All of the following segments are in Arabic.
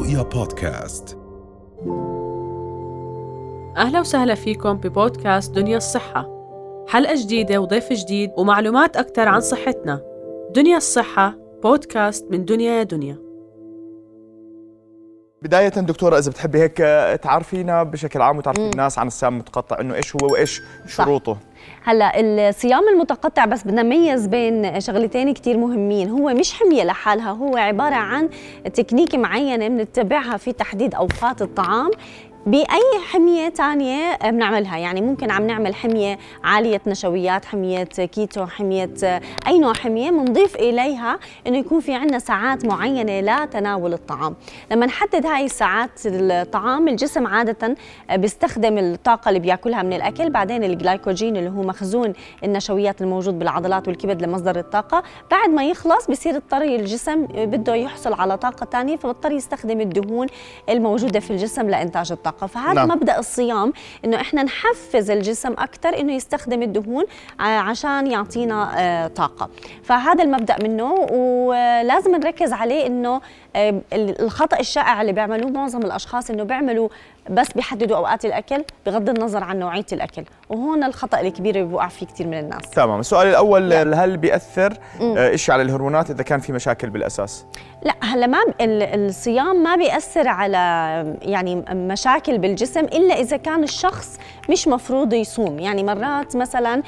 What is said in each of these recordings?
رؤيا بودكاست. أهلا وسهلا فيكم ببودكاست دنيا الصحة، حلقة جديدة وضيف جديد ومعلومات أكثر عن صحتنا. دنيا الصحة بودكاست من دنيا يا دنيا. بداية دكتورة، إذا بتحبي هيك تعرفينا بشكل عام وتعرفي الناس عن الصيام المتقطع، إنه إيش هو وإيش شروطه. هلا الصيام المتقطع بس بدنا نميز بين شغلتين كتير مهمين. هو مش حمية لحالها، هو عبارة عن تكنيك معينة بنتبعها في تحديد أوقات الطعام بأي حمية تانية بنعملها. يعني ممكن عم نعمل حمية عالية نشويات، حمية كيتو، حمية أي نوع حمية، بنضيف إليها إنه يكون في عنا ساعات معينة لتناول الطعام. لما نحدد هاي الساعات الطعام، الجسم عادة بيستخدم الطاقة اللي بياكلها من الأكل، بعدين الجلايكوجين اللي هو مخزون النشويات الموجود بالعضلات والكبد لمصدر الطاقة. بعد ما يخلص بصير اضطر الجسم بده يحصل على طاقة تانية، فبضطر يستخدم الدهون الموجودة في الجسم لإنتاج الطاقة. فهذا مبدأ الصيام، إنه إحنا نحفز الجسم أكثر إنه يستخدم الدهون عشان يعطينا طاقة. فهذا المبدأ منه، ولازم نركز عليه. إنه الخطأ الشائع اللي بيعملوه معظم الأشخاص إنه بيعملوا بس بيحددوا أوقات الأكل بغض النظر عن نوعية الأكل، وهون الخطأ الكبير اللي بيوقع فيه كثير من الناس. تمام. السؤال الأول، هل بيأثر إشي على الهرمونات إذا كان في مشاكل بالأساس؟ لا، هلا ما الصيام ما بيأثر على يعني مشاكل بالجسم إلا إذا كان الشخص مش مفروض يصوم. يعني مرات مثلا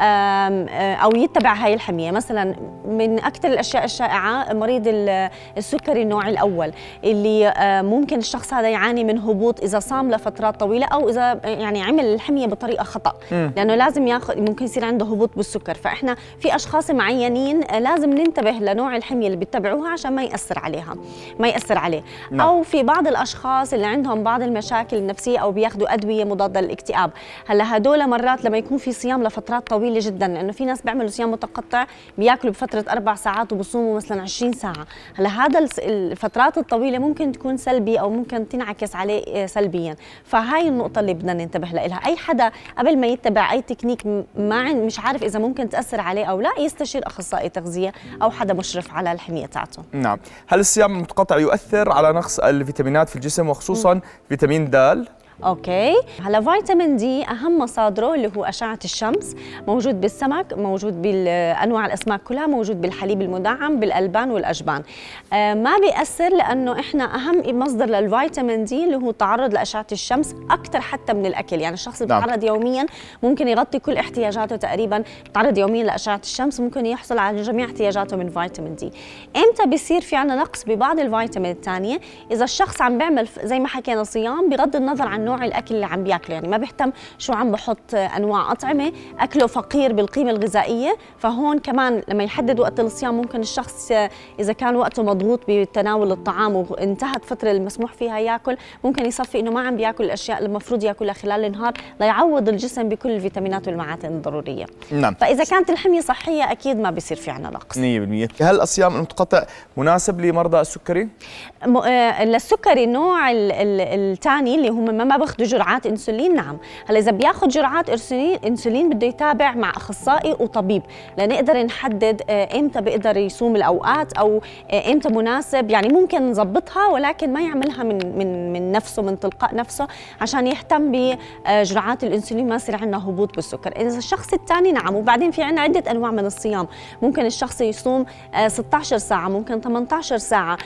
أو يتبع هاي الحمية. مثلا من أكثر الأشياء الشائعة مريض السكري النوع الأول، اللي ممكن الشخص هذا يعاني من هبوط إذا صام لفترات طويلة، أو إذا يعني عمل الحمية بطريقة خطأ، لأنه لازم ياخذ، ممكن يصير عنده هبوط بالسكر. فإحنا في أشخاص معينين لازم ننتبه لنوع الحمية اللي بيتبعوها عشان ما يأثر عليه. أو في بعض الأشخاص اللي عندهم بعض المشاكل النفسية أو بياخذوا أدوية مضادة للاكتئاب. هلا هدول مرات لما يكون في صيام لفترات طويلة جدا، لأنه في ناس بيعملوا صيام متقطع بياكلوا بفترة 4 ساعات وبصوموا مثلا 20 ساعة. هلا هذا الفترات الطويلة ممكن تكون سلبي أو ممكن تنعكس عليه سلبيا. فهاي النقطة اللي بدنا ننتبه لها. أي حدا قبل ما يتبع أي تكنيك مش عارف إذا ممكن تأثر عليه أو لا، يستشير أخصائي تغذية أو حدا مشرف على الحمية تاعته. نعم. هل الصيام المتقطع يؤثر على نقص الفيتامينات في الجسم، وخصوصا فيتامين د؟ اوكي. هلا فيتامين دي اهم مصادره اللي هو اشعه الشمس، موجود بالسمك، موجود بالانواع الاسماك كلها، موجود بالحليب المدعم، بالالبان والاجبان. ما بيأثر، لانه احنا اهم مصدر للفيتامين دي اللي هو التعرض لاشعه الشمس اكثر حتى من الاكل. يعني الشخص بيتعرض يوميا، ممكن يغطي كل احتياجاته تقريبا، بيتعرض يوميا لاشعه الشمس، ممكن يحصل على جميع احتياجاته من فيتامين دي. امتى بيصير في عندنا نقص ببعض الفيتامين الثانيه؟ اذا الشخص عم بيعمل زي ما حكينا صيام بغض النظر عن نوع الاكل اللي عم بياكله، يعني ما بيهتم شو عم بحط انواع اطعمه، اكله فقير بالقيمه الغذائيه. فهون كمان لما يحدد وقت الصيام، ممكن الشخص اذا كان وقته مضغوط بتناول الطعام وانتهت فتره المسموح فيها ياكل، ممكن يصفي انه ما عم بياكل الاشياء اللي المفروض ياكلها خلال النهار ليعوض الجسم بكل الفيتامينات والمعادن الضروريه. نعم. فاذا كانت الحميه صحيه اكيد ما بيصير في عنا نقص 100%. هل الصيام المتقطع مناسب لمرضى السكري؟ للسكري النوع الثاني اللي هم ما بياخذوا جرعات انسولين، نعم. هلا اذا بياخذ جرعات انسولين بده يتابع مع اخصائي وطبيب لنقدر نحدد امتى بيقدر يصوم الاوقات او امتى مناسب. يعني ممكن نظبطها ولكن ما يعملها من نفسه، من تلقاء نفسه، عشان يهتم بجرعات الانسولين ما يصير عندنا هبوط بالسكر. اذا الشخص الثاني نعم. وبعدين في عندنا عده انواع من الصيام، ممكن الشخص يصوم 16 ساعه، ممكن 18 ساعه.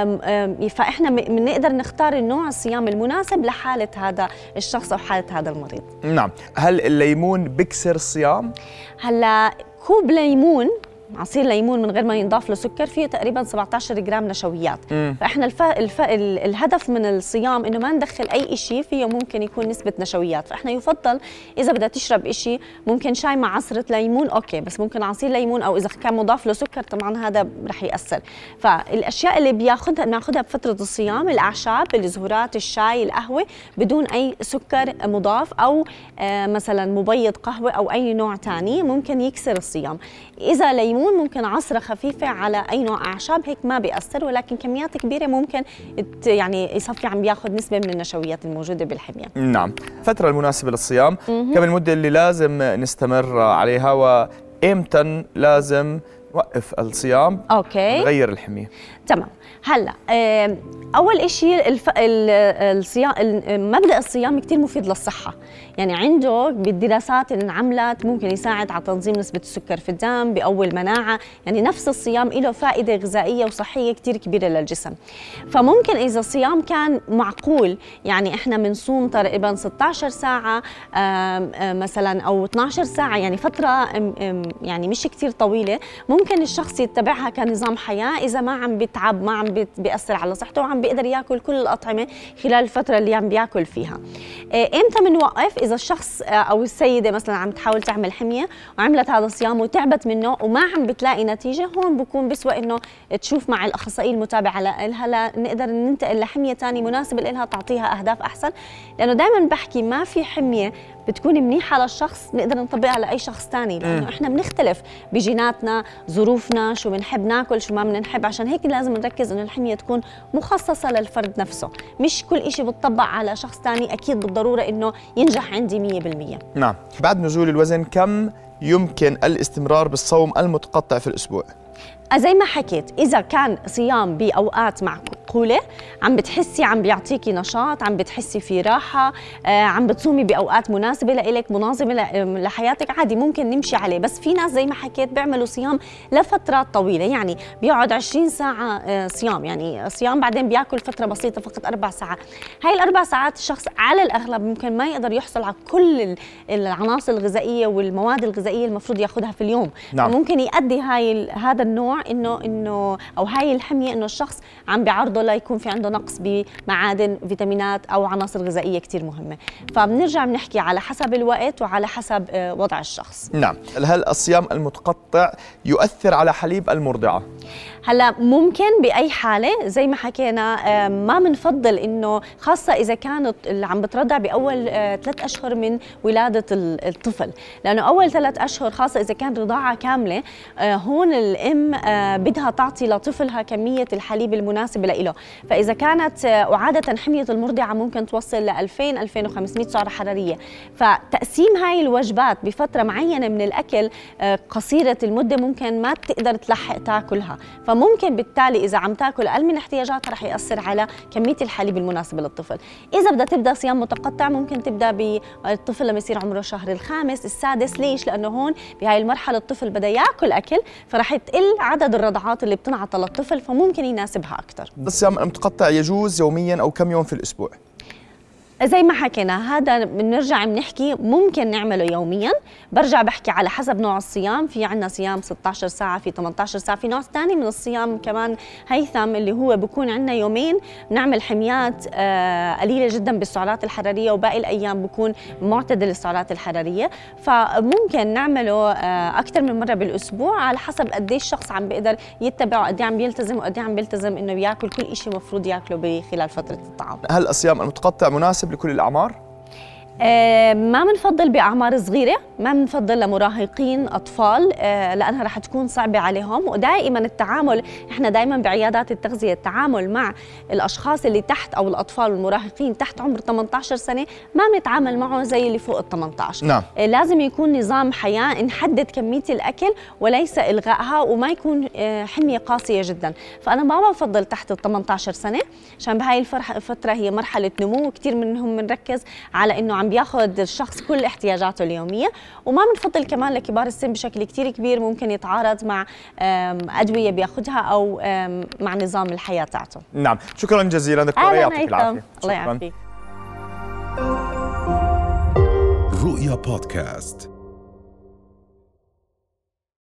فاحنا بنقدر نختار النوع الصيام المناسب لحاله هذا الشخص او حاله هذا المريض. نعم. هل الليمون بكسر الصيام؟ هلا كوب ليمون، عصير ليمون من غير ما ينضاف له سكر، فيه تقريبا 17 جرام نشويات. فاحنا الهدف من الصيام انه ما ندخل اي شيء فيه ممكن يكون نسبه نشويات. فاحنا يفضل اذا بدها تشرب شيء ممكن شاي مع عصره ليمون اوكي، بس ممكن عصير ليمون، او اذا كان مضاف له سكر طبعا هذا رح ياثر. فالاشياء اللي بناخذها بفتره الصيام، الاعشاب، الزهورات، الشاي، القهوه، بدون اي سكر مضاف، او مثلا مبيض قهوه او اي نوع ثاني ممكن يكسر الصيام. اذا ليمون ممكن عصرة خفيفة على أي نوع أعشاب، هيك ما بيأثر، ولكن كميات كبيرة ممكن يعني يصفي عم بياخذ نسبة من النشويات الموجودة بالحمية. نعم. الفترة المناسبة للصيام، كم المدة اللي لازم نستمر عليها، وإمتى لازم نوقف الصيام اوكي نغير الحمية. تمام. هلا اول شيء الصيام، مبدا الصيام كثير مفيد للصحه، يعني عنده بالدراسات اللي انعملت ممكن يساعد على تنظيم نسبه السكر في الدم، بيقوي المناعه، يعني نفس الصيام له فائده غذائيه وصحيه كثير كبيره للجسم. فممكن اذا الصيام كان معقول، يعني احنا بنصوم تقريبا 16 ساعه مثلا او 12 ساعه، يعني فتره يعني مش كثير طويله، ممكن الشخص يتبعها كنظام حياه اذا ما عم بيتعب، ما عم بيأثر على صحته، وعم بيقدر ياكل كل الأطعمة خلال الفترة اللي عم بياكل فيها. امتى بنوقف؟ إذا الشخص أو السيدة مثلا عم تحاول تعمل حمية وعملت هذا الصيام وتعبت منه وما عم بتلاقي نتيجة، هون بكون بسوى إنه تشوف مع الأخصائي المتابعة لها نقدر ننتقل لحمية تانية مناسبة لها، تعطيها أهداف أحسن، لأنه دائما بحكي ما في حمية بتكون منيحة للشخص نقدر نطبقها لأي شخص تاني، لأنه إحنا بنختلف بجيناتنا، ظروفنا، شو بنحب ناكل، شو ما بنحب، عشان هيك لازم نركز إنه الحمية تكون مخصصة للفرد نفسه، مش كل إشي بتطبق على شخص تاني أكيد بالضرورة إنه ينجح عندي 100%. نعم. بعد نزول الوزن كم يمكن الاستمرار بالصوم المتقطع في الأسبوع؟ زي ما حكيت، إذا كان صيام بأوقات معقولة، عم بتحسي عم بيعطيكي نشاط، عم بتحسي في راحة، عم بتصومي بأوقات مناسبة لإلك، مناظمة لحياتك، عادي ممكن نمشي عليه. بس في ناس زي ما حكيت بيعملوا صيام لفترات طويلة، يعني بيقعد 20 ساعة صيام، يعني صيام بعدين بياكل فترة بسيطة فقط 4 ساعات. هاي الأربع ساعات الشخص على الأغلب ممكن ما يقدر يحصل على كل العناصر الغذائية والمواد الغذائية المفروض ياخذها في اليوم. نعم. ممكن يؤدي هذا النوع انه او هاي الحميه انه الشخص عم بيعرضه ليكون في عنده نقص بمعادن، فيتامينات او عناصر غذائيه كثير مهمه. فبنرجع بنحكي على حسب الوقت وعلى حسب وضع الشخص. نعم. هل الصيام المتقطع يؤثر على حليب المرضعه؟ هلا ممكن باي حاله، زي ما حكينا ما بنفضل انه، خاصه اذا كانت اللي عم بترضع باول 3 أشهر من ولاده الطفل، لانه اول 3 أشهر خاصه اذا كان رضاعه كامله، هون الام بدها تعطي لطفلها كميه الحليب المناسبه له. فاذا كانت وعاده حميه المرضعه ممكن توصل ل 2000-2500 سعره حراريه، فتقسيم هاي الوجبات بفتره معينه من الاكل قصيره المده ممكن ما تقدر تلحق تاكلها، فممكن بالتالي اذا عم تاكل اقل من احتياجاتها رح ياثر على كميه الحليب المناسبه للطفل. اذا بدها تبدا صيام متقطع ممكن تبدا بالطفل لما يصير عمره الشهر الخامس السادس. ليش؟ لانه هون بهاي المرحله الطفل بدا ياكل اكل، فرح تقل عدد الرضعات اللي بتنعطى للطفل، فممكن يناسبها اكثر. الصيام المتقطع يجوز يوميا او كم يوم في الاسبوع؟ زي ما حكينا هذا بنرجع بنحكي ممكن نعمله يوميا. برجع بحكي على حسب نوع الصيام، في عنا صيام 16 ساعة، في 18 ساعة، في نوع ثاني من الصيام كمان هيثم اللي هو بكون عنا يومين بنعمل حميات قليلة جدا بالسعرات الحرارية، وباقي الأيام بكون معتدل السعرات الحرارية. فممكن نعمله أكثر من مرة بالأسبوع على حسب قديش الشخص عم بيقدر يتبع، قد عم بيلتزم وقد عم بيلتزم إنه بياكل كل شيء مفروض ياكله خلال فترة الطعام. هل الصيام المتقطع مناسب لكل الأعمار؟ ما بنفضل بأعمار صغيرة، ما بنفضل لمراهقين أطفال لأنها رح تكون صعبة عليهم. ودائما التعامل، إحنا دائما بعيادات التغذية التعامل مع الأشخاص اللي تحت أو الأطفال والمراهقين تحت عمر 18 سنة ما بنتعامل معه زي اللي فوق ال 18. نعم. لازم يكون نظام حياة، نحدد كمية الأكل وليس إلغائها، وما يكون حمية قاسية جدا. فأنا ما بفضل تحت ال 18 سنة، عشان بهاي الفترة هي مرحلة نمو، وكثير منهم بنركز على إنه عم بياخذ الشخص كل احتياجاته اليومية. وما بنفضل كمان لكبار السن بشكل كتير كبير، ممكن يتعارض مع أدوية بياخذها أو مع نظام الحياة تاعته. نعم، شكرا جزيلا دكتورة، يعطيك العافية. الله يعافيك. رؤيا بودكاست.